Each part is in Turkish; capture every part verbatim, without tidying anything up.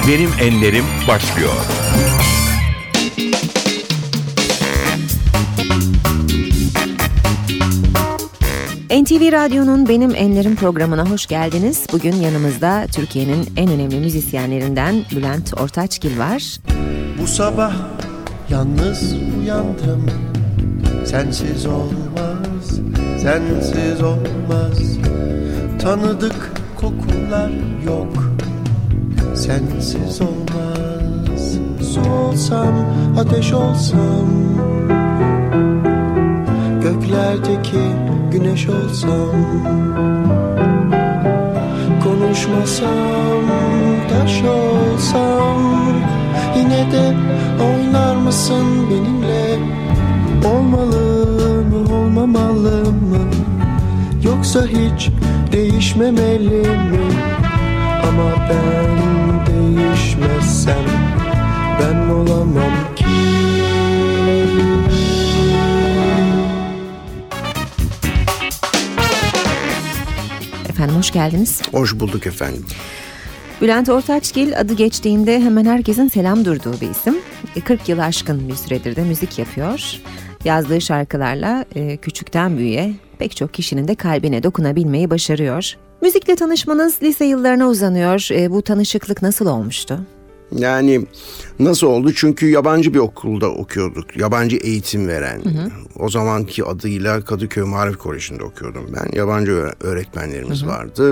Benim Enlerim başlıyor. N T V Radyo'nun Benim Enlerim programına hoş geldiniz. Bugün yanımızda Türkiye'nin en önemli müzisyenlerinden Bülent Ortaçgil var. Bu sabah yalnız uyandım. Sensiz olmaz, sensiz olmaz. Tanıdık kokular yok, sensiz olmaz. Su olsam, ateş olsam, göklerdeki güneş olsam, konuşmasam, taş olsam, yine de oynar mısın benimle? Olmalı mı, olmamalı mı? Yoksa hiç değişmemeli mi? Ama ben değişmezsem ben olamam ki. Efendim hoş geldiniz. Hoş bulduk efendim. Bülent Ortaçgil adı geçtiğinde hemen herkesin selam durduğu bir isim. kırk yılı aşkın bir süredir de müzik yapıyor. Yazdığı şarkılarla küçükten büyüğe pek çok kişinin de kalbine dokunabilmeyi başarıyor. Müzikle tanışmanız lise yıllarına uzanıyor. Bu tanışıklık nasıl olmuştu? Yani nasıl oldu? Çünkü yabancı bir okulda okuyorduk. Yabancı eğitim veren. Hı hı. O zamanki adıyla Kadıköy Maarif Koleji'nde okuyordum ben. Yabancı öğretmenlerimiz hı hı. vardı.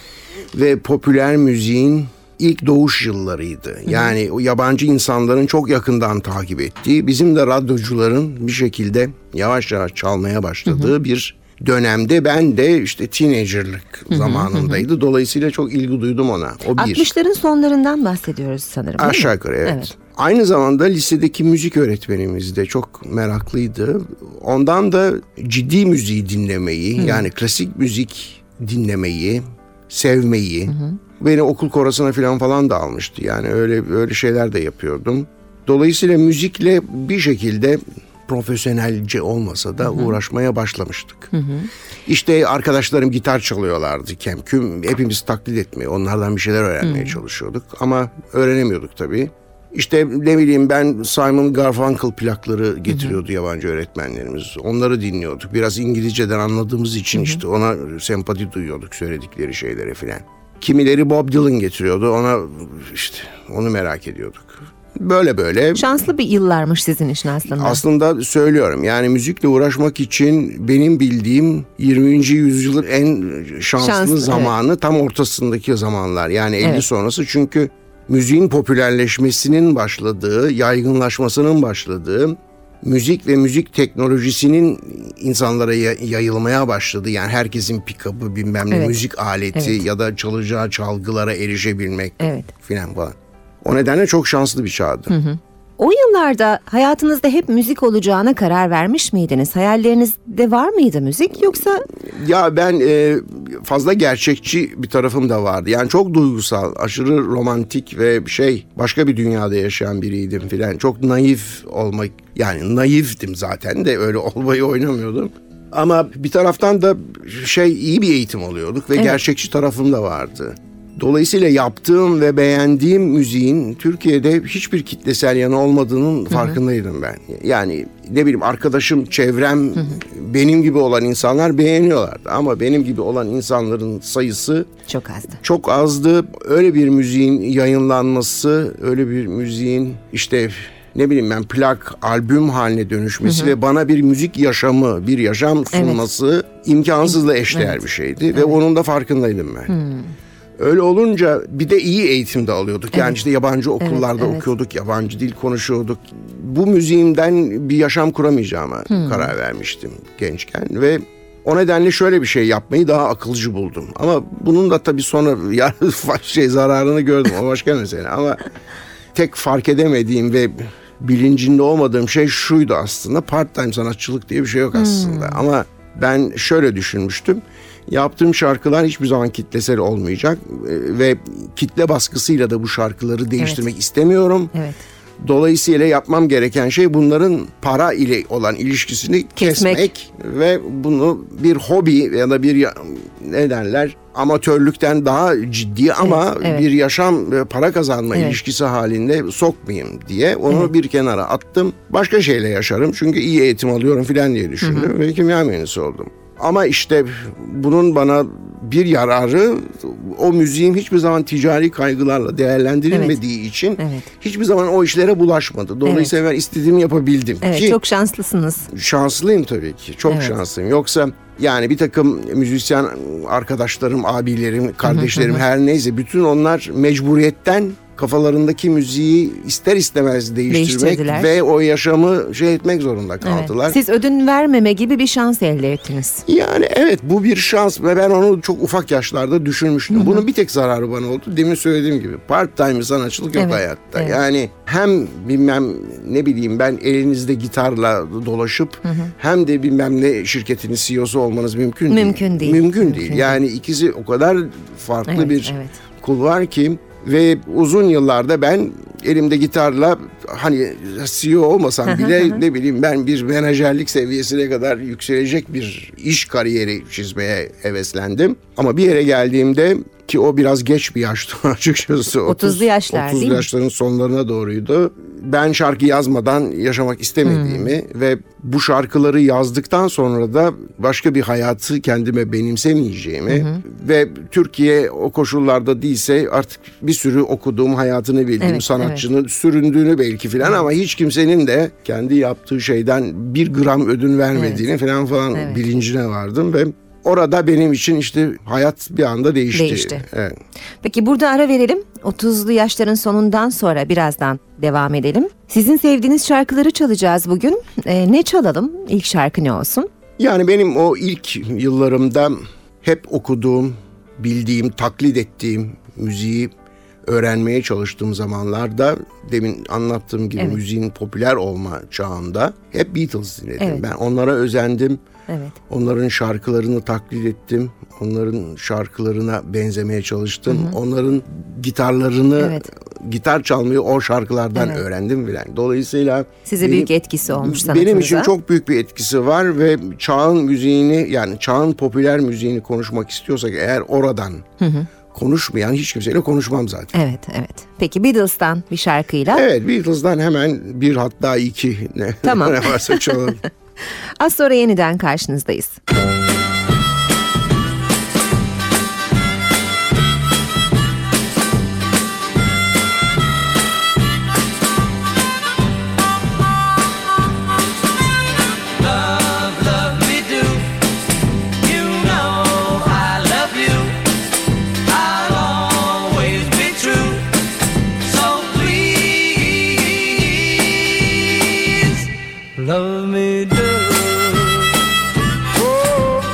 Ve popüler müziğin ilk doğuş yıllarıydı. Hı hı. Yani o yabancı insanların çok yakından takip ettiği, bizim de radyocuların bir şekilde yavaş yavaş çalmaya başladığı hı hı. bir dönemde ben de işte teenagerlık hı hı, zamanındaydı. Hı. Dolayısıyla çok ilgi duydum ona. O bir. altmışların sonlarından bahsediyoruz sanırım. Aşağı yukarı evet. evet. Aynı zamanda lisedeki müzik öğretmenimiz de çok meraklıydı. Ondan da ciddi müziği dinlemeyi, hı. yani klasik müzik dinlemeyi, sevmeyi. Hı hı. Beni okul korosuna falan falan da almıştı. Yani öyle öyle şeyler de yapıyordum. Dolayısıyla müzikle bir şekilde profesyonelce olmasa da hı hı. uğraşmaya başlamıştık. Hı hı. İşte arkadaşlarım gitar çalıyorlardı kemküm. Hepimiz taklit etmeye, onlardan bir şeyler öğrenmeye hı. çalışıyorduk. Ama öğrenemiyorduk tabii. İşte ne bileyim ben Simon Garfunkel plakları getiriyordu hı hı. yabancı öğretmenlerimiz. Onları dinliyorduk. Biraz İngilizceden anladığımız için hı hı. işte ona sempati duyuyorduk söyledikleri şeylere filan. Kimileri Bob Dylan getiriyordu. Ona işte onu merak ediyorduk. Böyle böyle. Şanslı bir yıllarmış sizin için aslında. Aslında söylüyorum yani müzikle uğraşmak için benim bildiğim yirminci yüzyılın en şanslı, şanslı zamanı evet. tam ortasındaki zamanlar. Yani elli evet. sonrası, çünkü müziğin popülerleşmesinin başladığı, yaygınlaşmasının başladığı, müzik ve müzik teknolojisinin insanlara yayılmaya başladı. Yani herkesin pick-up'ı bilmem ne evet. müzik aleti evet. ya da çalacağı çalgılara erişebilmek evet. filan falan. O nedenle çok şanslı bir çağdı. Hı hı. O yıllarda hayatınızda hep müzik olacağına karar vermiş miydiniz? Hayallerinizde var mıydı müzik yoksa? Ya ben e, fazla gerçekçi bir tarafım da vardı. Yani çok duygusal, aşırı romantik ve şey başka bir dünyada yaşayan biriydim filan. Çok naif olmak, yani naiftim zaten de öyle olmayı oynamıyordum. Ama bir taraftan da şey iyi bir eğitim alıyorduk ve evet. gerçekçi tarafım da vardı. Dolayısıyla yaptığım ve beğendiğim müziğin Türkiye'de hiçbir kitlesel yanı olmadığının farkındaydım ben. Yani ne bileyim arkadaşım, çevrem, hı hı. benim gibi olan insanlar beğeniyorlardı. Ama benim gibi olan insanların sayısı çok azdı. Çok azdı. Öyle bir müziğin yayınlanması, öyle bir müziğin işte ne bileyim ben plak, albüm haline dönüşmesi hı hı. ve bana bir müzik yaşamı, bir yaşam sunması evet. imkansızla eşdeğer evet. bir şeydi. Evet. Ve onun da farkındaydım ben. Hı. Öyle olunca bir de iyi eğitim de alıyorduk. Yani evet. işte yabancı okullarda evet, evet. okuyorduk, yabancı dil konuşuyorduk. Bu müziğimden bir yaşam kuramayacağıma hmm. karar vermiştim gençken ve o nedenle şöyle bir şey yapmayı daha akılcı buldum. Ama bunun da tabii sonra ya, şey zararını gördüm, o başka mesele. Ama tek fark edemediğim ve bilincinde olmadığım şey şuydu aslında: part-time sanatçılık diye bir şey yok aslında. Hmm. Ama ben şöyle düşünmüştüm. Yaptığım şarkılar hiçbir zaman kitlesel olmayacak ve kitle baskısıyla da bu şarkıları değiştirmek evet. istemiyorum. Evet. Dolayısıyla yapmam gereken şey bunların para ile olan ilişkisini Kesmek. kesmek, ve bunu bir hobi ya da bir ya- ne derler amatörlükten daha ciddi ama Evet, evet. bir yaşam ve para kazanma Evet. ilişkisi halinde sokmayayım diye onu Evet. bir kenara attım. Başka şeyle yaşarım çünkü iyi eğitim alıyorum filan diye düşündüm ve kimya mühendisi oldum. Ama işte bunun bana bir yararı, o müziğim hiçbir zaman ticari kaygılarla değerlendirilmediği için Evet. hiçbir zaman o işlere bulaşmadı. Dolayısıyla ben istediğimi yapabildim. Evet, Ki çok şanslısınız. şanslıyım tabii ki. Çok Evet. şanslıyım. Yoksa yani bir takım müzisyen arkadaşlarım, abilerim, kardeşlerim her neyse bütün onlar mecburiyetten kafalarındaki müziği ister istemez değiştirmek Değiştirdiler. ve o yaşamı şey etmek zorunda Evet. kaldılar. Siz ödün vermeme gibi bir şans elde ettiniz. Yani evet, bu bir şans ve ben onu çok ufak yaşlarda düşünmüştüm. Bunun bir tek zararı bana oldu. Demin söylediğim gibi part time sanatçılık yok Evet, hayatta. evet. Yani hem bilmem ne bileyim ben elinizde gitarla dolaşıp hem de bilmem ne şirketinin C E O'su olmanız mümkün değil. Mümkün değil. Mümkün Mümkün değil. değil. Yani ikisi o kadar farklı Evet, bir evet. kul var ki ve uzun yıllarda ben elimde gitarla hani C E O olmasam bile ne bileyim ben bir menajerlik seviyesine kadar yükselecek bir iş kariyeri çizmeye heveslendim. Ama bir yere geldiğimde, ki o biraz geç bir yaştı açıkçası. otuzlu yaşlar otuz değil mi? yaşların sonlarına doğruydu. Ben şarkı yazmadan yaşamak istemediğimi ve bu şarkıları yazdıktan sonra da başka bir hayatı kendime benimsemeyeceğimi ve Türkiye o koşullarda değilse artık bir sürü okuduğum, hayatını bildiğim Evet, sanatçının süründüğünü belki filan ama hiç kimsenin de kendi yaptığı şeyden bir gram ödün vermediğini filan falan Evet. bilincine vardım ve orada benim için işte hayat bir anda değişti. Değişti. Evet. Peki burada ara verelim. otuzlu yaşların sonundan sonra birazdan devam edelim. Sizin sevdiğiniz şarkıları çalacağız bugün. Ee, ne çalalım? İlk şarkı ne olsun? Yani benim o ilk yıllarımda hep okuduğum, bildiğim, taklit ettiğim müziği öğrenmeye çalıştığım zamanlarda, demin anlattığım gibi Evet. müziğin popüler olma çağında hep Beatles dinledim. Evet. Ben onlara özendim. Evet. Onların şarkılarını taklit ettim. Onların şarkılarına benzemeye çalıştım. Onların gitarlarını, Evet. gitar çalmayı o şarkılardan Evet. öğrendim filan. Dolayısıyla Size benim- büyük etkisi olmuş sanatınıza. benim için çok büyük bir etkisi var ve çağın müziğini, yani çağın popüler müziğini konuşmak istiyorsak eğer oradan konuşmayan hiç kimseyle konuşmam zaten. Evet, evet. Peki Beatles'tan bir şarkıyla. Evet, Beatles'dan hemen bir, hatta iki ne, Tamam. ne varsa çalalım. Az sonra yeniden karşınızdayız. Love, love me do. You know I love you. I'll always be true. So please, love me do. Oh,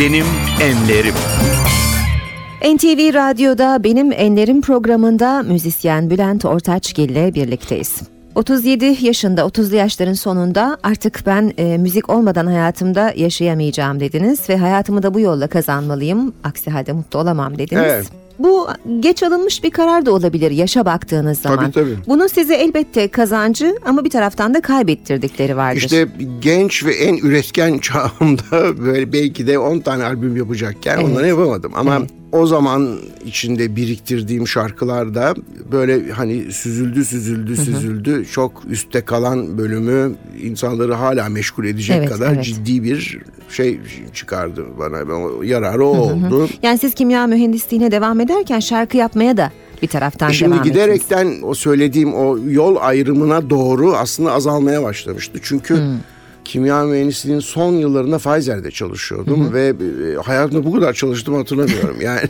Benim Enlerim. N T V Radyo'da Benim Enlerim programında müzisyen Bülent Ortaçgil ile birlikteyiz. otuz yedi yaşında, otuzlu yaşların sonunda artık ben e, müzik olmadan hayatımda yaşayamayacağım dediniz ve hayatımı da bu yolla kazanmalıyım, aksi halde mutlu olamam dediniz. Evet. Bu geç alınmış bir karar da olabilir yaşa baktığınız zaman. Tabii, tabii. Bunun size elbette kazancı ama bir taraftan da kaybettirdikleri vardır. İşte genç ve en üretken çağımda böyle belki de on tane albüm yapacakken Evet. onları yapamadım. Ama Evet. o zaman içinde biriktirdiğim şarkılar da böyle hani süzüldü süzüldü süzüldü. Çok üstte kalan bölümü insanları hala meşgul edecek Evet, kadar evet. ciddi bir şey çıkardı bana. O yararı o oldu. Yani siz kimya mühendisliğine devam ederken şarkı yapmaya da bir taraftan E Şimdi devam ettiniz. giderekten o söylediğim o yol ayrımına doğru aslında azalmaya başlamıştı. Çünkü Hmm. kimya mühendisliğinin son yıllarında Pfizer'de çalışıyordum ve e, hayatımda bu kadar çalıştığımı hatırlamıyorum. Yani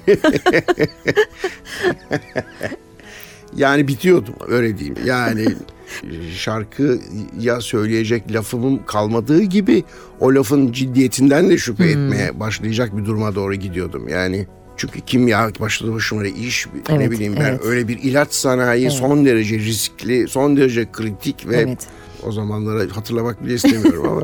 yani bitiyordum, öyle diyeyim. Yani şarkıya söyleyecek lafımın kalmadığı gibi o lafın ciddiyetinden de şüphe etmeye başlayacak bir duruma doğru gidiyordum. Yani çünkü kimya başlı başına iş, ne Evet, bileyim ben, evet. öyle bir ilaç sanayi Evet. son derece riskli, son derece kritik ve Evet. o zamanları hatırlamak bile istemiyorum ama.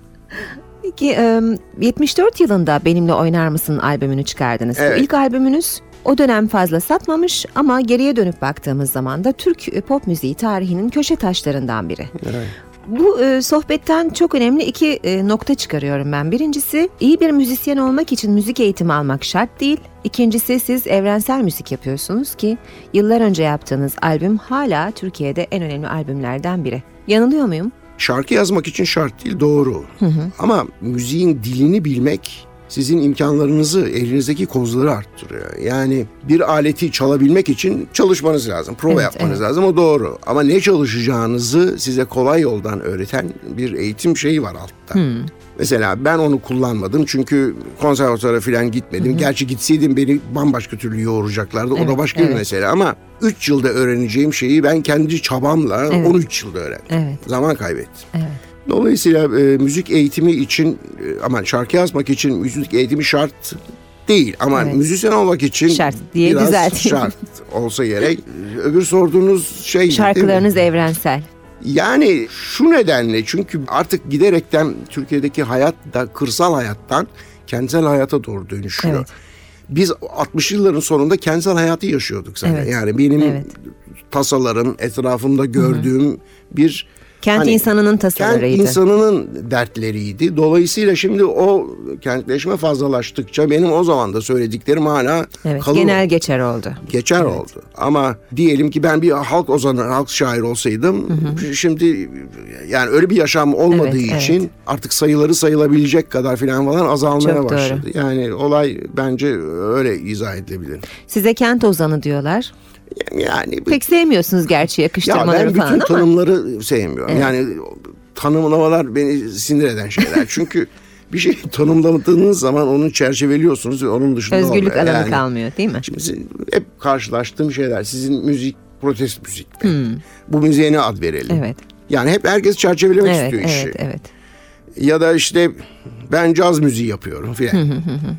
Peki e, yetmiş dört yılında Benimle Oynar Mısın albümünü çıkardınız. Evet. Bu ilk albümünüz o dönem fazla satmamış ama geriye dönüp baktığımız zaman da Türk pop müziği tarihinin köşe taşlarından biri. Evet. Bu e, sohbetten çok önemli iki e, nokta çıkarıyorum ben. Birincisi, iyi bir müzisyen olmak için müzik eğitimi almak şart değil. İkincisi, siz evrensel müzik yapıyorsunuz ki yıllar önce yaptığınız albüm hala Türkiye'de en önemli albümlerden biri. Yanılıyor muyum? Şarkı yazmak için şart değil, doğru. Ama müziğin dilini bilmek sizin imkanlarınızı, elinizdeki kozları arttırıyor. Yani bir aleti çalabilmek için çalışmanız lazım, prova Evet, yapmanız evet. lazım, o doğru. Ama ne çalışacağınızı size kolay yoldan öğreten bir eğitim şeyi var altta. Mesela ben onu kullanmadım çünkü konservatuvara falan gitmedim. Gerçi gitseydim beni bambaşka türlü yoğuracaklardı. O Evet, da başka bir evet. mesele ama üç yılda öğreneceğim şeyi ben kendi çabamla Evet. on üç yılda öğrendim. Evet. Zaman kaybettim. Evet. Dolayısıyla e, müzik eğitimi için e, ama şarkı yazmak için müzik eğitimi şart değil. Ama Evet. müzisyen olmak için Şart diye biraz düzelteyim. şart olsa gerek. Öbür sorduğunuz şey değil mi? Şarkılarınız evrensel. Yani şu nedenle, çünkü artık giderekten Türkiye'deki hayat da kırsal hayattan kentsel hayata doğru dönüşüyor. Evet. Biz altmışlı yılların sonunda kentsel hayatı yaşıyorduk zaten. Evet. Yani benim Evet. tasalarım, etrafımda gördüğüm bir Kent hani, insanının tasalarıydı. Kent insanının dertleriydi. Dolayısıyla şimdi o kentleşme fazlalaştıkça benim o zaman da söylediklerim hala Evet, kalır. genel geçer oldu. Geçer oldu. Ama diyelim ki ben bir halk ozanı, halk şair olsaydım, şimdi yani öyle bir yaşam olmadığı Evet, için evet. artık sayıları sayılabilecek kadar filan falan azalmaya Çok doğru. başladı. Yani olay bence öyle izah edilebilir. Size kent ozanı diyorlar. Yani Pek sevmiyorsunuz gerçi ya yakıştırmaları ben bütün falan ama. tanımları sevmiyorum. Evet. Yani tanımlamalar beni sinir eden şeyler. Çünkü bir şey tanımladığınız zaman onu çerçeveliyorsunuz ve onun dışında Özgürlük olmuyor. alanı Yani kalmıyor değil mi? Şimdi sizin hep karşılaştığım şeyler. Sizin müzik protest müzik mi? Hmm. Bu müziğe ne ad verelim? Evet. Yani hep herkes çerçevelemek Evet, istiyor işi. evet, evet. Ya da işte ben caz müziği yapıyorum filan.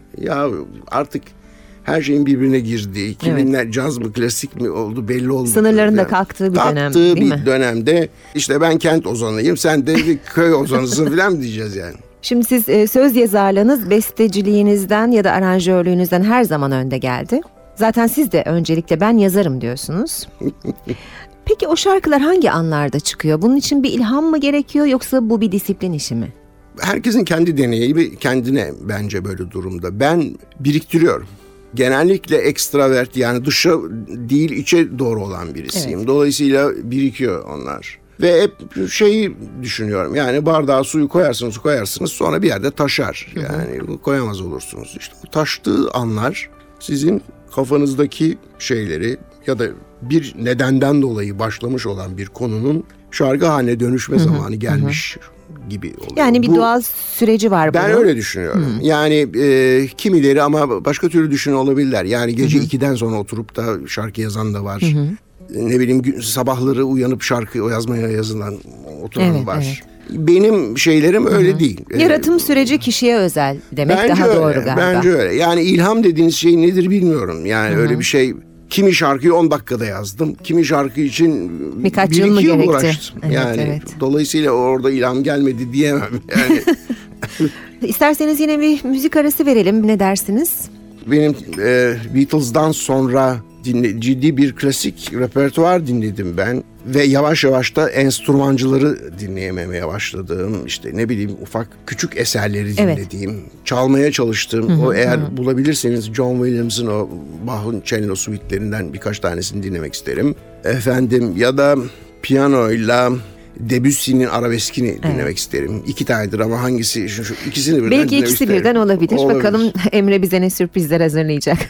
Ya artık her şeyin birbirine girdiği, kiminler caz mı klasik mi oldu belli olmuyor. Sınırların da Yani kalktığı bir dönem, kalktığı değil bir mi? dönemde işte ben kent ozanıyım, sen de bir köy ozanısın filan mı diyeceğiz yani. Şimdi siz e, söz yazarlığınız besteciliğinizden ya da aranjörlüğünüzden her zaman önde geldi. Zaten siz de öncelikle ben yazarım diyorsunuz. Peki o şarkılar hangi anlarda çıkıyor? Bunun için bir ilham mı gerekiyor yoksa bu bir disiplin işi mi? Herkesin kendi deneyi bir kendine bence böyle durumda. Ben biriktiriyorum. Genellikle ekstravert, yani dışa değil içe doğru olan birisiyim. Evet. Dolayısıyla birikiyor onlar. Ve hep şeyi düşünüyorum. Yani bardağa suyu koyarsınız koyarsınız sonra bir yerde taşar. Yani koyamaz olursunuz. İşte o taştığı anlar sizin kafanızdaki şeyleri ya da bir nedenden dolayı başlamış olan bir konunun şarkı haline dönüşme zamanı gelmiş gibi oluyor. Yani bir Bu- doğal süreci var bunun. ben öyle düşünüyorum. Yani e, kimileri ama başka türlü düşünüyor olabilirler. Yani gece ikiden sonra oturup da şarkı yazan da var. Ne bileyim gün- sabahları uyanıp şarkı yazmaya yazılan oturan Evet, var. benim şeylerim öyle değil. Yaratım süreci kişiye özel demek Bence daha öyle, doğru galiba. Bence öyle. Yani ilham dediğiniz şey nedir bilmiyorum. Yani Hı-hı. öyle bir şey. Kimi şarkıyı on dakikada yazdım. Kimi şarkı için birkaç bir yıl mı iki yıl gerekti? uğraştım. Evet, yani evet. Dolayısıyla orada ilham gelmedi diyemem. Yani İsterseniz yine bir müzik arası verelim. Ne dersiniz? Benim e, Beatles'dan sonra dinle, ciddi bir klasik repertuar dinledim ben. Ve yavaş yavaş da enstrümancıları dinleyememeye başladım. İşte ne bileyim ufak küçük eserleri dinlediğim, evet. çalmaya çalıştığım. Hı-hı, o eğer hı. bulabilirseniz John Williams'ın o Bach'ın cello suite'lerinden birkaç tanesini dinlemek isterim. Efendim ya da piyanoyla Debussy'nin arabeskini evet. dinlemek isterim. İki tanedir ama hangisi? Şu, şu ikisini birden Belki ikisi isterim. birden olabilir. olabilir. Bakalım Emre bize ne sürprizler hazırlayacak.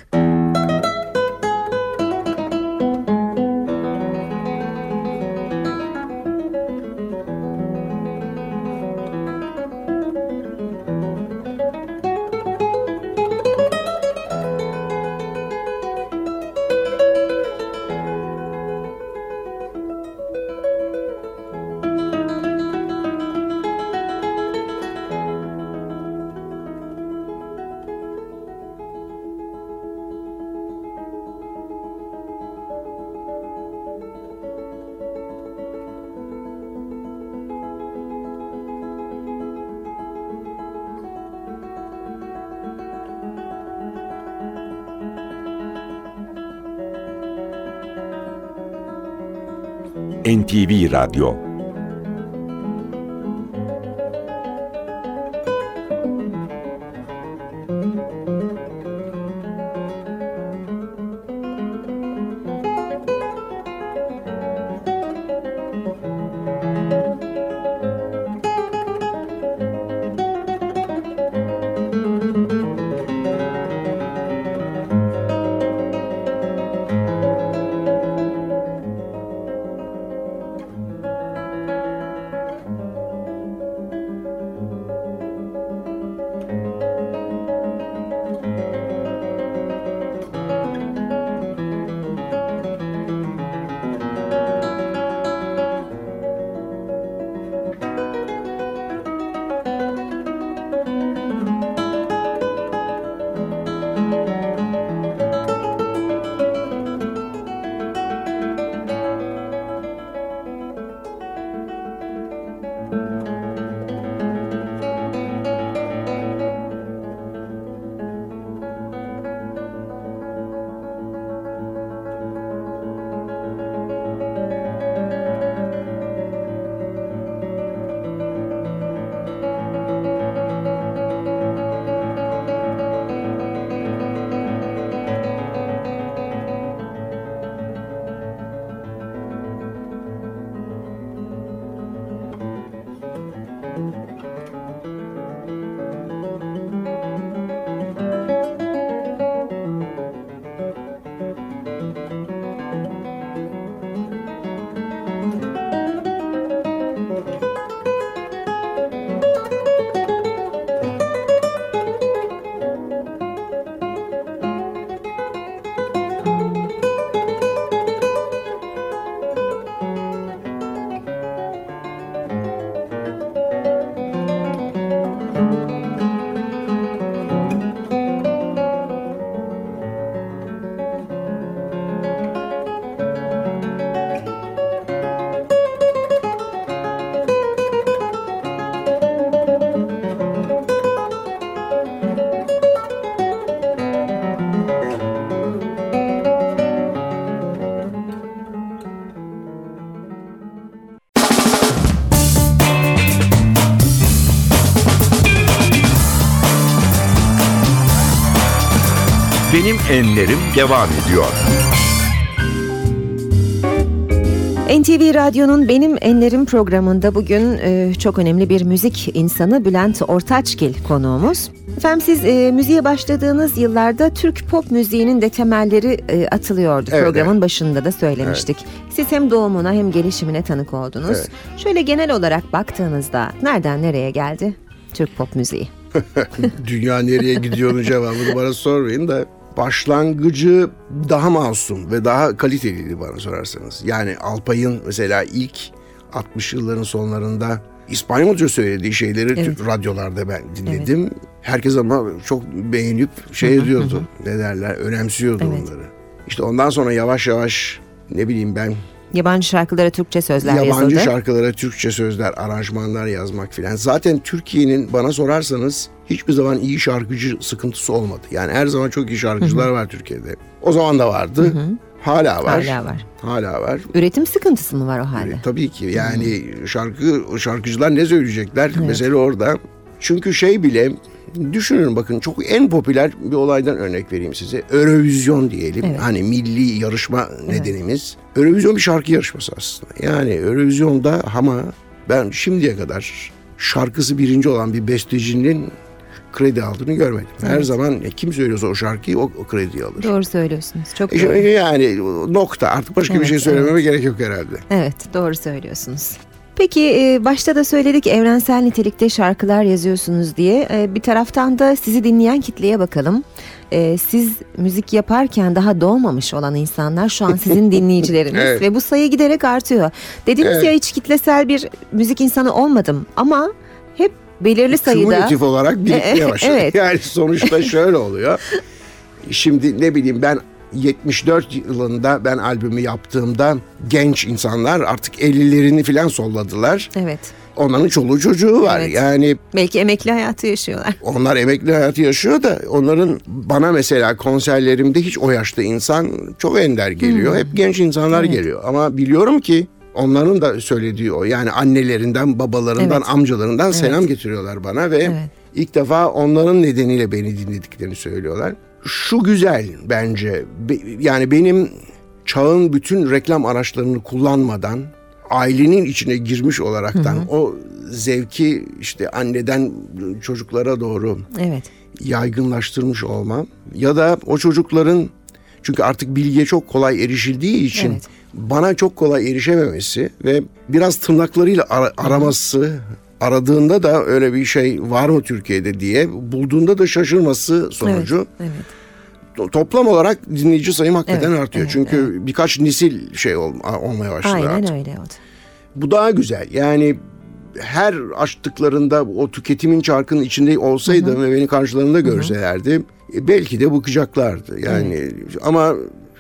N T V Radyo. Benim Enlerim devam ediyor. N T V Radyo'nun Benim Enlerim programında bugün e, çok önemli bir müzik insanı Bülent Ortaçgil konuğumuz. Efendim siz e, müziğe başladığınız yıllarda Türk pop müziğinin de temelleri e, atılıyordu. Evet, Programın evet. başında da söylemiştik. Evet. Siz hem doğumuna hem gelişimine tanık oldunuz. Evet. Şöyle genel olarak baktığınızda nereden nereye geldi Türk pop müziği? Dünya nereye gidiyor'un cevabını bana sormayın da başlangıcı daha masum ve daha kaliteliydi bana sorarsanız. Yani Alpay'ın mesela ilk altmış yılların sonlarında İspanyolca söylediği şeyleri Evet. tü- radyolarda ben dinledim. Herkes ama çok beğenip şey ediyordu. Ne derler? Önemsiyordu Evet. onları. İşte ondan sonra yavaş yavaş ne bileyim ben Yabancı şarkılara Türkçe sözler yabancı yazıldı. şarkılara Türkçe sözler, aranjmanlar yazmak filan. Zaten Türkiye'nin bana sorarsanız hiçbir zaman iyi şarkıcı sıkıntısı olmadı. Yani her zaman çok iyi şarkıcılar var Türkiye'de. O zaman da vardı. Hala var. Hala var. Hala var. Üretim sıkıntısı mı var o halde? E, tabii ki yani şarkı şarkıcılar ne söyleyecekler? Mesele orada. Çünkü şey bile düşünün bakın çok en popüler bir olaydan örnek vereyim size. Eurovision diyelim. Evet. Hani milli yarışma nedenimiz. Eurovision bir şarkı yarışması aslında. Yani Eurovision'da ama ben şimdiye kadar şarkısı birinci olan bir bestecinin kredi aldığını görmedim. Her Evet. zaman kim söylüyorsa o şarkıyı o, o krediyi alır. Doğru söylüyorsunuz. Çok E, doğru. Yani nokta. Artık başka bir Evet, şey söylememe gerek yok herhalde. Evet, doğru söylüyorsunuz. Peki e, başta da söyledik evrensel nitelikte şarkılar yazıyorsunuz diye. E, Bir taraftan da sizi dinleyen kitleye bakalım. E, Siz müzik yaparken daha doğmamış olan insanlar şu an sizin dinleyicileriniz Evet. ve bu sayı giderek artıyor. Dediniz Evet. ya hiç kitlesel bir müzik insanı olmadım ama hep belirli sayıda. Kümülatif olarak birikmeye E, başladı. evet. Yani sonuçta şöyle oluyor. Şimdi ne bileyim ben yetmiş dört yılında ben albümü yaptığımda genç insanlar artık ellilerini falan solladılar. Evet. Onların çoluğu çocuğu var. Evet. Yani Belki emekli hayatı yaşıyorlar. onlar emekli hayatı yaşıyor da onların bana mesela konserlerimde hiç o yaşta insan çok ender geliyor. Hep genç insanlar Evet. geliyor. Ama biliyorum ki onların da söylediği o. Yani annelerinden, babalarından, Evet. amcalarından selam getiriyorlar bana ve Evet. ilk defa onların nedeniyle beni dinlediklerini söylüyorlar. Şu güzel bence. Be- yani benim çağın bütün reklam araçlarını kullanmadan ailenin içine girmiş olaraktan o zevki işte anneden çocuklara doğru Evet. yaygınlaştırmış olmam ya da o çocukların çünkü artık bilgiye çok kolay erişildiği için Evet. bana çok kolay erişememesi ve biraz tırnaklarıyla ara- araması aradığında da öyle bir şey var mı Türkiye'de diye bulduğunda da şaşırması sonucu Evet. to- toplam olarak dinleyici sayım hakikaten Evet, artıyor. evet, Çünkü birkaç nesil şey ol- olmaya başladı Aynen artık. öyle oldu. Bu daha güzel. Yani her açtıklarında o tüketimin çarkının içinde olsaydım ve beni karşılarında görselerdi e, belki de bakacaklardı. Yani ama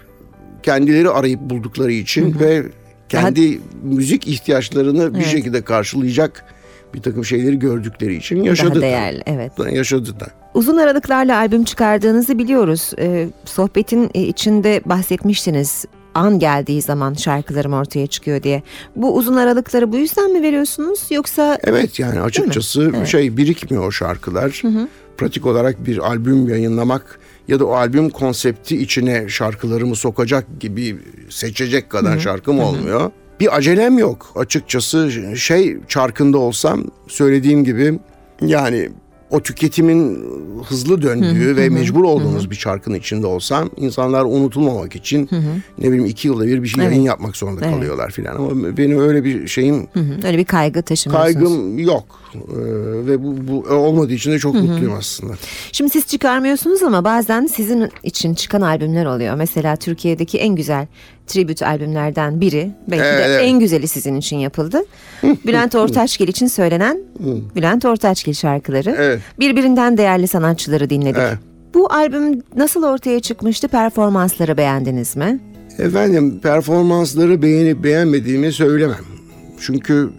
kendileri arayıp buldukları için ve kendi müzik ihtiyaçlarını bir Evet. şekilde karşılayacak bir takım şeyleri gördükleri için yaşadı Daha da. değerli, evet. Yaşadı da. Uzun aralıklarla albüm çıkardığınızı biliyoruz. Ee, sohbetin e, içinde bahsetmiştiniz. An geldiği zaman şarkılarım ortaya çıkıyor diye. Bu uzun aralıkları bu yüzden mi veriyorsunuz yoksa Evet yani açıkçası Evet. şey birikmiyor o şarkılar. Pratik olarak bir albüm yayınlamak ya da o albüm konsepti içine şarkılarımı sokacak gibi seçecek kadar şarkım olmuyor. Bir acelem yok açıkçası şey çarkında olsam söylediğim gibi yani o tüketimin hızlı döndüğü ve mecbur olduğunuz bir çarkının içinde olsam insanlar unutulmamak için ne bileyim iki yılda bir bir şey Evet. yayın yapmak zorunda Evet. kalıyorlar filan ama benim öyle bir şeyim Hı hı, öyle bir kaygı taşımıyorsunuz? kaygım yok Ee, ve bu, bu olmadığı için de çok mutluyum aslında. Şimdi siz çıkarmıyorsunuz ama bazen sizin için çıkan albümler oluyor. Mesela Türkiye'deki en güzel tribute albümlerden biri, belki Evet, de evet. en güzeli sizin için yapıldı. Bülent Ortaçgil için söylenen Bülent Ortaçgil şarkıları. Evet. Birbirinden değerli sanatçıları dinledik. Evet. Bu albüm nasıl ortaya çıkmıştı? Performansları beğendiniz mi? Efendim performansları beğenip beğenmediğimi söylemem. Çünkü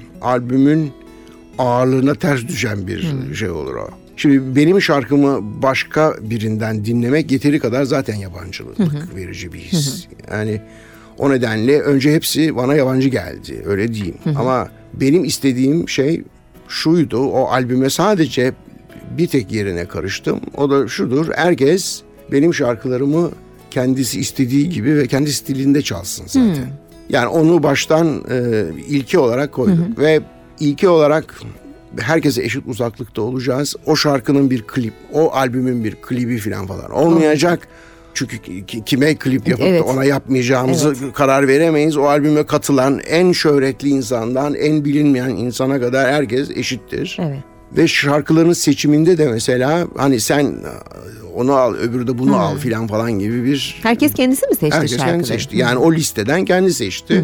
albümün ağırlığına ters düşen bir şey olur o. Şimdi benim şarkımı başka birinden dinlemek yeteri kadar zaten yabancılık verici bir his. Yani o nedenle önce hepsi bana yabancı geldi öyle diyeyim. Ama benim istediğim şey şuydu, o albüme sadece bir tek yerine karıştım. O da şudur, herkes benim şarkılarımı kendisi istediği gibi ve kendi stilinde çalsın zaten. Yani onu baştan e, ilke olarak koydum ve ilke olarak herkese eşit uzaklıkta olacağız. O şarkının bir klip, o albümün bir klibi falan falan olmayacak. Çünkü ki- kime klip yapıp Evet. da ona yapmayacağımızı karar veremeyiz. O albüme katılan en şöhretli insandan en bilinmeyen insana kadar herkes eşittir. Evet. Ve şarkıların seçiminde de mesela hani sen onu al öbürü de bunu al filan falan gibi bir... Herkes kendisi mi seçti Herkes şarkıları? kendi seçti. Yani o listeden kendi seçti.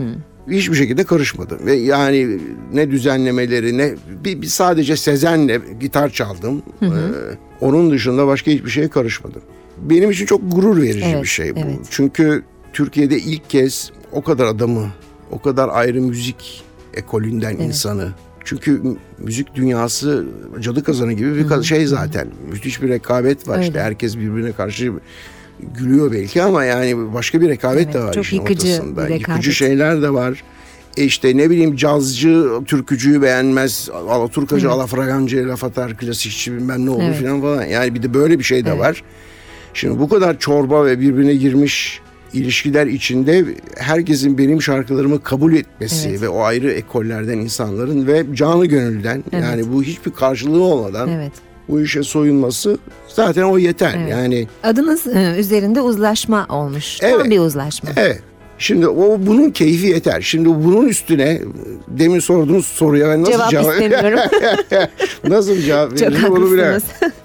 hiçbir şekilde karışmadım. Ve yani ne düzenlemeleri ne bir, bir sadece Sezen'le gitar çaldım. Hı hı. Ee, onun dışında başka hiçbir şeye karışmadım. Benim için çok gurur verici evet, bir şey bu. Evet. Çünkü Türkiye'de ilk kez o kadar adamı, o kadar ayrı müzik ekolünden evet. insanı. Çünkü müzik dünyası cadı kazanı gibi bir Hı-hı. şey zaten. Müthiş bir rekabet var. Öyle. İşte herkes birbirine karşı gülüyor belki ama yani başka bir rekabet evet, de var işin ortasında. Bir yıkıcı şeyler de var. E işte ne bileyim cazcı türkücüyü beğenmez, alaturkacı, evet. alafragancıya laf atar, klasikçi bilmem ne olur evet. falan falan. Yani bir de böyle bir şey de evet. var. Şimdi bu kadar çorba ve birbirine girmiş ilişkiler içinde herkesin benim şarkılarımı kabul etmesi evet. ve o ayrı ekollerden insanların ve canı gönülden evet. yani bu hiçbir karşılığı olmadan evet. bu işe soyunması zaten o yeter. Evet. Yani adınız üzerinde uzlaşma olmuş. Evet. Tam bir uzlaşma. Evet. Şimdi o bunun keyfi yeter. Şimdi bunun üstüne demin sorduğunuz soruya nasıl cevap, cevap istemiyorum. nasıl cevap veririm onu bilemem.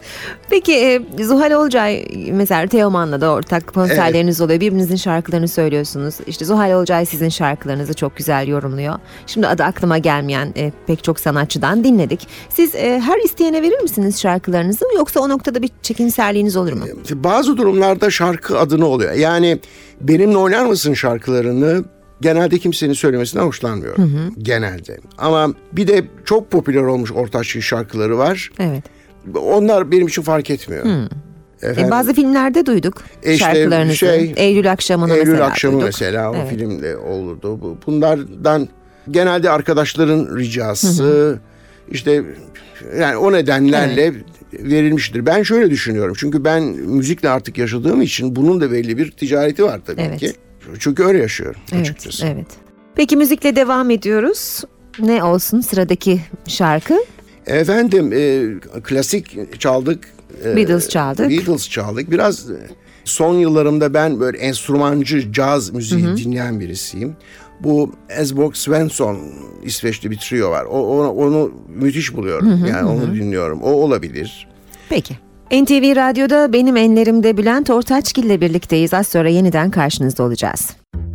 Peki e, Zuhal Olcay mesela Teoman'la da ortak konserleriniz evet. oluyor. Birbirinizin şarkılarını söylüyorsunuz. İşte Zuhal Olcay sizin şarkılarınızı çok güzel yorumluyor. Şimdi adı aklıma gelmeyen e, pek çok sanatçıdan dinledik. Siz e, her isteyene verir misiniz şarkılarınızı yoksa o noktada bir çekinserliğiniz olur mu? Bazı durumlarda şarkı adını oluyor. Yani benimle oynar mısın şarkılarını genelde kimsenin söylemesinden hoşlanmıyorum. Hı hı. Genelde. Ama bir de çok popüler olmuş Ortaçgil şarkıları var. Evet. Onlar benim için fark etmiyor. Hmm. Efendim, e bazı filmlerde duyduk işte şarkılarınızı. Şey, Eylül akşamını Eylül mesela akşamı duyduk. mesela o evet. filmde olurdu. Bunlardan genelde arkadaşların ricası hı hı. işte yani o nedenlerle evet. verilmiştir. Ben şöyle düşünüyorum. Çünkü ben müzikle artık yaşadığım için bunun da belli bir ticareti var tabii evet. ki. Çünkü öyle yaşıyorum evet, açıkçası. Evet. Peki müzikle devam ediyoruz. Ne olsun sıradaki şarkı? Efendim e, klasik çaldık. E, Beatles çaldık. Beatles çaldık. Biraz son yıllarımda ben böyle enstrümancı caz müziği hı hı. dinleyen birisiyim. Bu Esbjörn Svensson İsveçli bir trio var. O, onu, onu müthiş buluyorum. Hı hı, yani hı. onu dinliyorum. O olabilir. Peki. N T V Radyo'da Benim Enlerim'de Bülent Ortaçgil ile birlikteyiz. Az sonra yeniden karşınızda olacağız.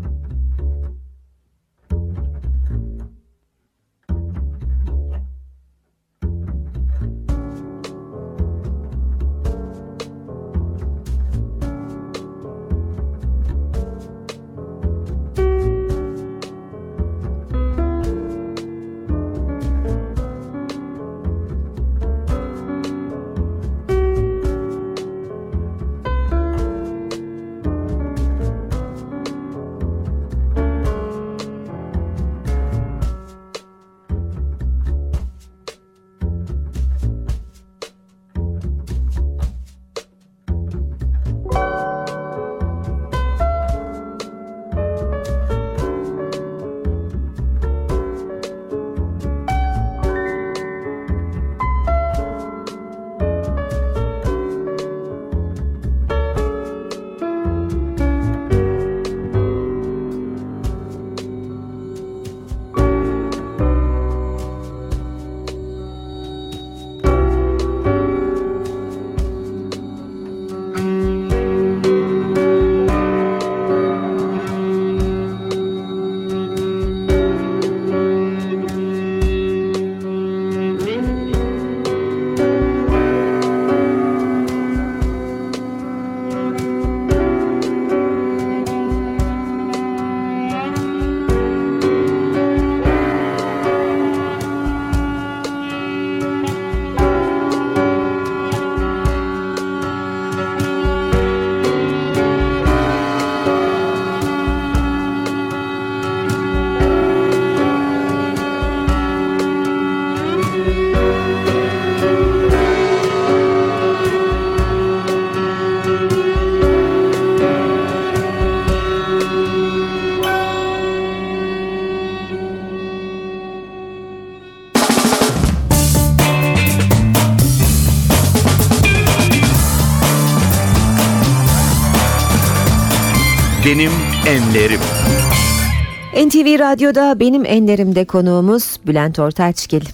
Benim Enlerim. N T V Radyo'da Benim Enlerim'de konuğumuz Bülent Ortaçgil.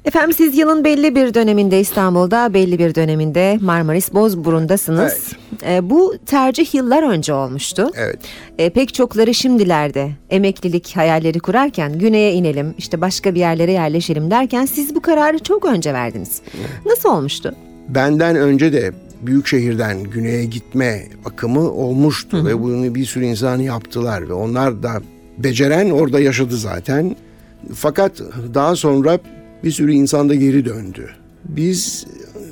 Efendim siz yılın belli bir döneminde İstanbul'da, belli bir döneminde Marmaris Bozburun'dasınız. E, bu tercih yıllar önce olmuştu. Evet. E, pek çokları şimdilerde emeklilik hayalleri kurarken güneye inelim, işte başka bir yerlere yerleşelim derken siz bu kararı çok önce verdiniz. Nasıl olmuştu? Benden önce de büyük şehirden güneye gitme akımı olmuştu. Hı hı. Ve bunu bir sürü insan yaptılar ve onlar da beceren orada yaşadı zaten. Fakat daha sonra bir sürü insan da geri döndü. Biz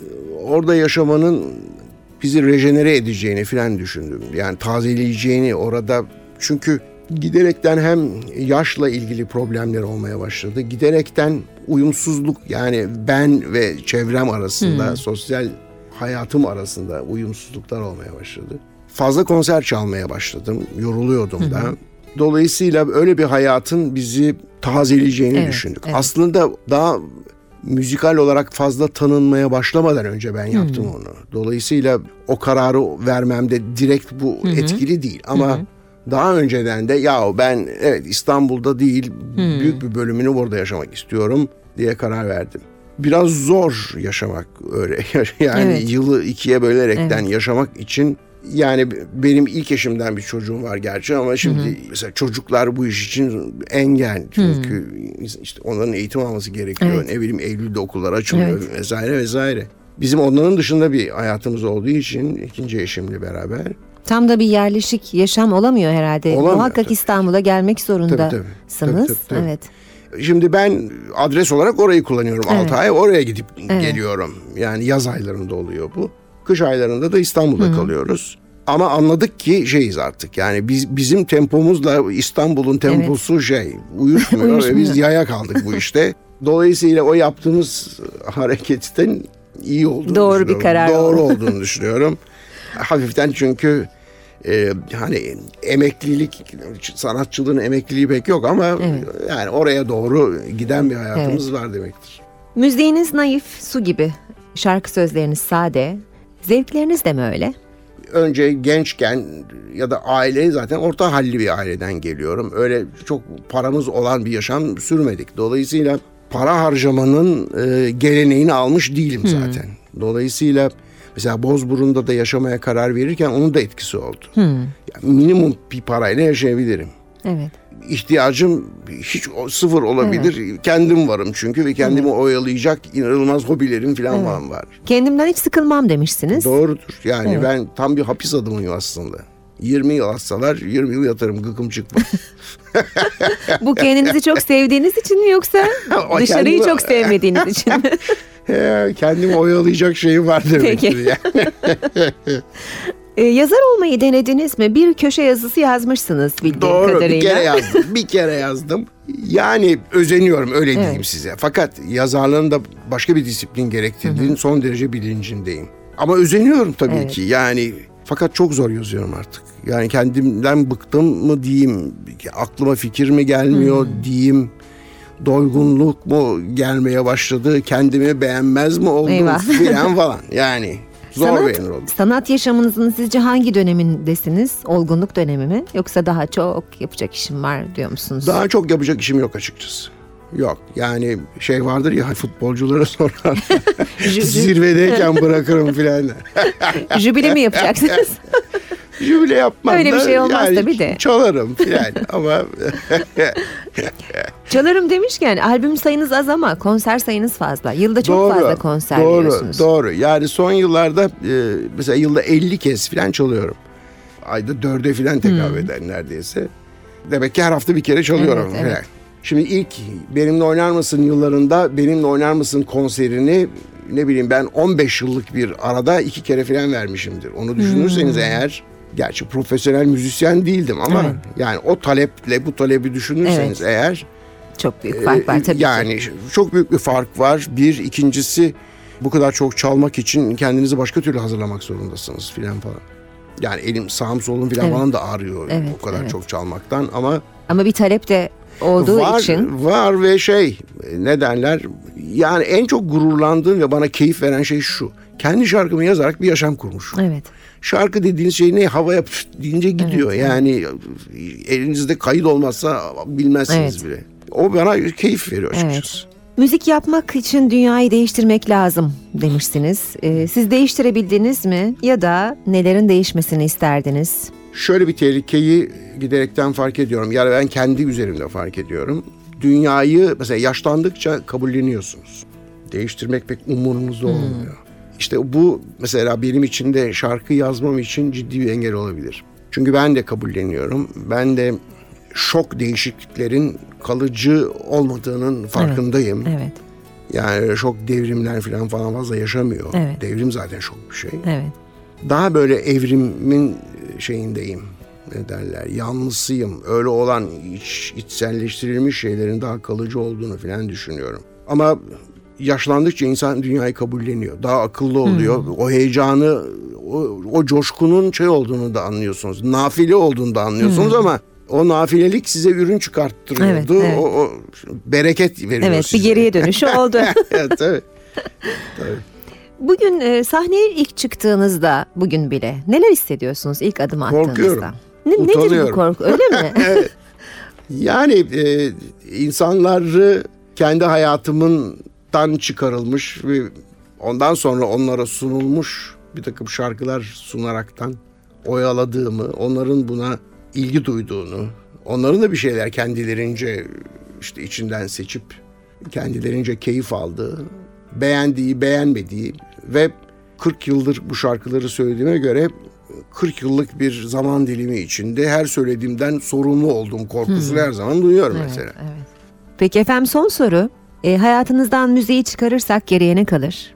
orada yaşamanın bizi rejenere edeceğini falan düşündüm. Yani tazeleyeceğini orada, çünkü giderekten hem yaşla ilgili problemler olmaya başladı. Giderekten uyumsuzluk, yani ben ve çevrem arasında, hmm. sosyal hayatım arasında uyumsuzluklar olmaya başladı. Fazla konser çalmaya başladım. Yoruluyordum hmm. da. Dolayısıyla öyle bir hayatın bizi tazeleyeceğini evet, düşündük. Evet. Aslında daha müzikal olarak fazla tanınmaya başlamadan önce ben yaptım hmm. onu. Dolayısıyla o kararı vermemde direkt bu hmm. etkili değil. Ama hmm. daha önceden de ya ben evet İstanbul'da değil hmm. büyük bir bölümünü burada yaşamak istiyorum diye karar verdim. Biraz zor yaşamak öyle. Yani evet. yılı ikiye bölerekten evet. yaşamak için. Yani benim ilk eşimden bir çocuğum var gerçi ama şimdi hı hı. mesela çocuklar bu iş için engel. Çünkü hı. işte onların eğitim alması gerekiyor. Evet. Ne bileyim Eylül'de okullar açılıyor evet. vesaire vesaire. Bizim onların dışında bir hayatımız olduğu için ikinci eşimle beraber. Tam da bir yerleşik yaşam olamıyor herhalde. Olamıyor, muhakkak tabii. İstanbul'a gelmek zorundasınız. Tabii, tabii. Tabii, tabii, tabii. Evet. Şimdi ben adres olarak orayı kullanıyorum. Evet. altı ay oraya gidip evet. geliyorum. Yani yaz aylarında oluyor bu. Kış aylarında da İstanbul'da Hı-hı. kalıyoruz. Ama anladık ki şeyiz artık. Yani biz bizim tempomuzla İstanbul'un temposu evet. şey uyuşmuyor, uyuşmuyor ve biz yaya kaldık bu işte. Dolayısıyla o yaptığımız hareketten iyi olduğunu Doğru düşünüyorum. bir karar Doğru oldu. olduğunu düşünüyorum. Hafiften çünkü e, hani emeklilik, sanatçılığın emekliliği pek yok ama evet. yani oraya doğru giden bir hayatımız evet. var demektir. Müziğiniz naif, su gibi. Şarkı sözleriniz sade. Zevkleriniz de mi öyle? Önce gençken ya da aile, zaten orta halli bir aileden geliyorum. Öyle çok paramız olan bir yaşam sürmedik. Dolayısıyla para harcamanın e, geleneğini almış değilim zaten. Hmm. Dolayısıyla mesela Bozburun'da da yaşamaya karar verirken onun da etkisi oldu. Hmm. Yani minimum bir parayla yaşayabilirim. Evet. İhtiyacım hiç sıfır olabilir. Evet. Kendim varım çünkü ve kendimi evet. oyalayacak inanılmaz hobilerim falan evet. falan var. Kendimden hiç sıkılmam demişsiniz. Doğrudur. Yani evet. ben tam bir hapis adamıyım aslında. yirmi yıl atsalar yirmi yıl yatarım, gıkım çıkmaz. Bu kendinizi çok sevdiğiniz için mi yoksa dışarıyı kendimi... çok sevmediğiniz için mi? Kendimi oyalayacak şeyim var demektir. Yani. Ee, yazar olmayı denediniz mi? Bir köşe yazısı yazmışsınız bildiğim Doğru, kadarıyla. Doğru, bir kere yazdım. Bir kere yazdım. Yani özeniyorum, öyle evet. diyeyim size. Fakat yazarlığın da başka bir disiplin gerektirdiğinin son derece bilincindeyim. Ama özeniyorum tabii evet. ki. Yani fakat çok zor yazıyorum artık. Yani kendimden bıktım mı diyeyim, aklıma fikir mi gelmiyor Hı-hı. diyeyim, doygunluk mu gelmeye başladı, kendimi beğenmez mi oldum filan falan. Yani zor sanat, beğenir oldu. Sanat yaşamınızın sizce hangi dönemindesiniz? Olgunluk dönemi mi? Yoksa daha çok yapacak işim var diyor musunuz? Daha çok yapacak işim yok açıkçası. Yok. Yani şey vardır ya, futbolculara sorar. Zirvedeyken bırakırım filan. Jübile mi yapacaksınız? Jübile yapmam. Öyle bir şey olmaz yani tabii de. Çalarım filan ama... Çalarım demişken albüm sayınız az ama konser sayınız fazla. Yılda çok doğru, fazla konser doğru, veriyorsunuz. Doğru, doğru. Yani son yıllarda e, mesela yılda elli kez filan çalıyorum. Ayda dörde filan tekabül hmm. eder neredeyse. Demek ki her hafta bir kere çalıyorum. Evet, evet. Şimdi ilk Benimle Oynar Mısın yıllarında Benimle Oynar Mısın konserini ne bileyim ben on beş yıllık bir arada iki kere filan vermişimdir. Onu düşünürseniz hmm. eğer, gerçi profesyonel müzisyen değildim ama evet. yani o taleple bu talebi düşünürseniz evet. eğer çok büyük fark var tabii yani ki. Çok büyük bir fark var. Bir, ikincisi bu kadar çok çalmak için kendinizi başka türlü hazırlamak zorundasınız filan falan. Yani elim sağım solum filan evet. falan da ağrıyor evet, o kadar evet. çok çalmaktan ama ama bir talep de olduğu var, için var ve şey ne derler, yani en çok gururlandığım ve bana keyif veren şey şu: kendi şarkımı yazarak bir yaşam kurmuşum. Evet. Şarkı dediğiniz şey ne? Havaya püf deyince gidiyor. Evet, yani evet. elinizde kayıt olmazsa bilmezsiniz evet. bile. O bana keyif veriyor açıkçası. Evet. Müzik yapmak için dünyayı değiştirmek lazım demişsiniz. Ee, siz değiştirebildiniz mi ya da nelerin değişmesini isterdiniz? Şöyle bir tehlikeyi giderekten fark ediyorum. Yani ben kendi üzerimde fark ediyorum. Dünyayı mesela yaşlandıkça kabulleniyorsunuz. Değiştirmek pek umurunuzda olmuyor. Hmm. İşte bu mesela benim için de şarkı yazmam için ciddi bir engel olabilir. Çünkü ben de kabulleniyorum. Ben de şok değişikliklerin kalıcı olmadığının farkındayım. Evet. evet. Yani şok devrimler falan falan fazla yaşamıyor. Evet. Devrim zaten şok bir şey. Evet. Daha böyle evrimin şeyindeyim. Ne derler? Yanlısıyım. Öyle olan iç, içselleştirilmiş şeylerin daha kalıcı olduğunu falan düşünüyorum. Ama yaşlandıkça insan dünyayı kabulleniyor. Daha akıllı oluyor. Hmm. O heyecanı, o, o coşkunun şey olduğunu da anlıyorsunuz. Nafile olduğunu da anlıyorsunuz hmm. ama o nafilelik size ürün çıkarttırıyordu. Evet, evet. O, o bereket veriyor evet, size. Bir geriye dönüşü oldu. Evet, tabii. tabii. Bugün e, sahneye ilk çıktığınızda bugün bile neler hissediyorsunuz ilk adım attığınızda? Korkuyorum. Ne, nedir bu korku, öyle mi? Evet. Yani e, insanları kendi hayatımdan çıkarılmış ve ondan sonra onlara sunulmuş bir takım şarkılar sunaraktan oyaladığımı, onların buna ilgi duyduğunu, onların da bir şeyler kendilerince işte içinden seçip kendilerince keyif aldığı, beğendiği, beğenmediği ve kırk yıldır bu şarkıları söylediğime göre kırk yıllık bir zaman dilimi içinde her söylediğimden sorumlu olduğum korkusunu hmm. her zaman duyuyorum evet, mesela. Evet. Peki efendim, son soru. E, hayatınızdan müziği çıkarırsak geriye ne kalır?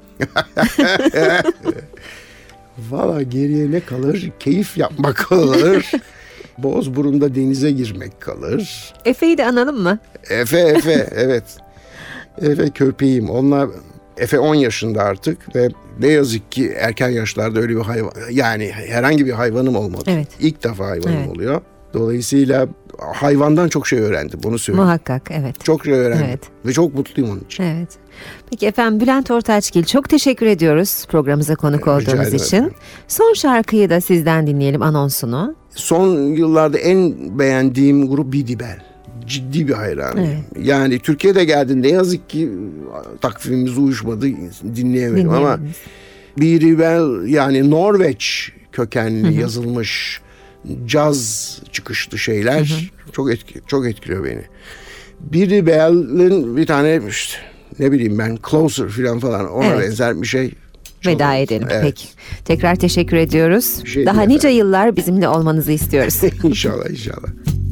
Valla geriye ne kalır? Keyif yapmak kalır. Bozburun'da denize girmek kalır. Efe'yi de analım mı? Efe, Efe, evet. Efe köpeğim. Onlar, Efe on yaşında artık ve ne yazık ki erken yaşlarda öyle bir hayvan, yani herhangi bir hayvanım olmadı. Evet. İlk defa hayvanım evet. oluyor. Dolayısıyla hayvandan çok şey öğrendim, bunu söyleyeyim. Muhakkak, evet. Çok şey öğrendim evet. ve çok mutluyum onun için. Evet. Peki efendim, Bülent Ortaçgil, çok teşekkür ediyoruz programımıza konuk Rica olduğunuz için. Efendim. Son şarkıyı da sizden dinleyelim, anonsunu. Son yıllarda en beğendiğim grup Bidibel. Ciddi bir hayranıyım. Evet. Yani Türkiye'de geldi, ne yazık ki takvimimiz uyuşmadı, dinleyemedim ama Bidibel yani Norveç kökenli Hı-hı. yazılmış caz çıkışlı şeyler Hı-hı. çok etki, çok etkiliyor beni. Bidibel'in bir tane işte, ne bileyim ben Closer falan falan ona evet. benzer bir şey. Veda olsun. edelim. Evet. Peki. Tekrar teşekkür ediyoruz. Şey Daha nice efendim. yıllar bizimle olmanızı istiyoruz. İnşallah, inşallah.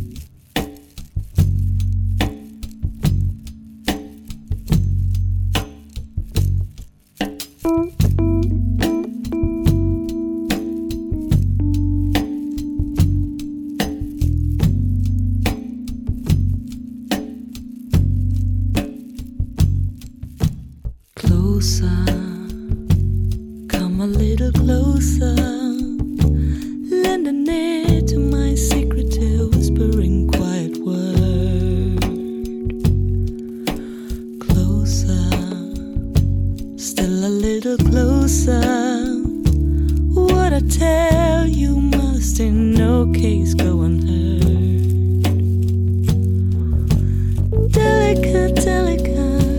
Closer, come a little closer, lend an ear to my secretive whispering quiet word. Closer, still a little closer, what I tell you must in no case go unheard. Delicate, delicate,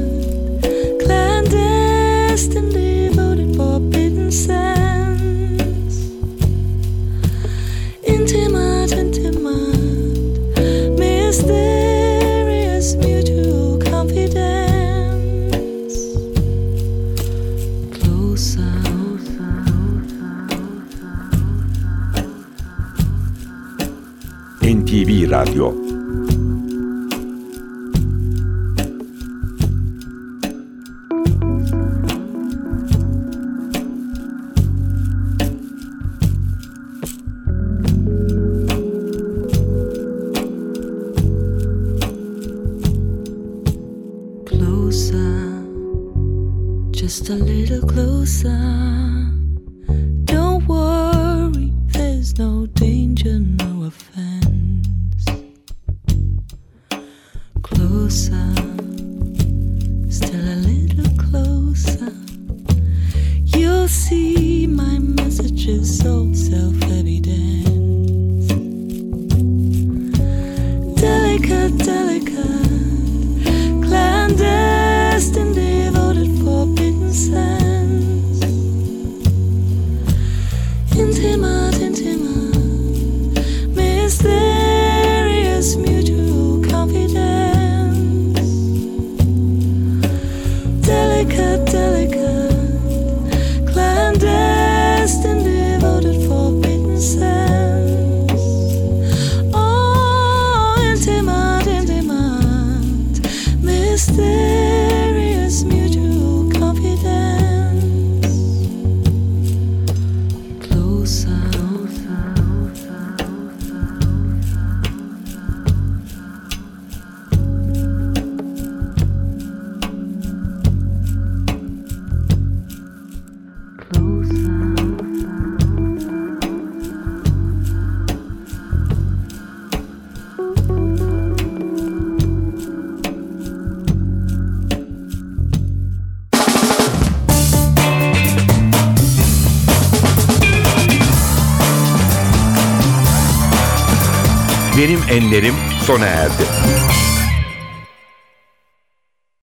and devoted forbidden sense, intimate, intimate, mysterious mutual confidence. Closer, N T V Radyo. Just a little closer. Don't worry, there's no danger, no offense. Closer, still a little closer. You'll see my message is so self-evident. Delicate, delicate, clandestine. Benim Enlerim sona erdi.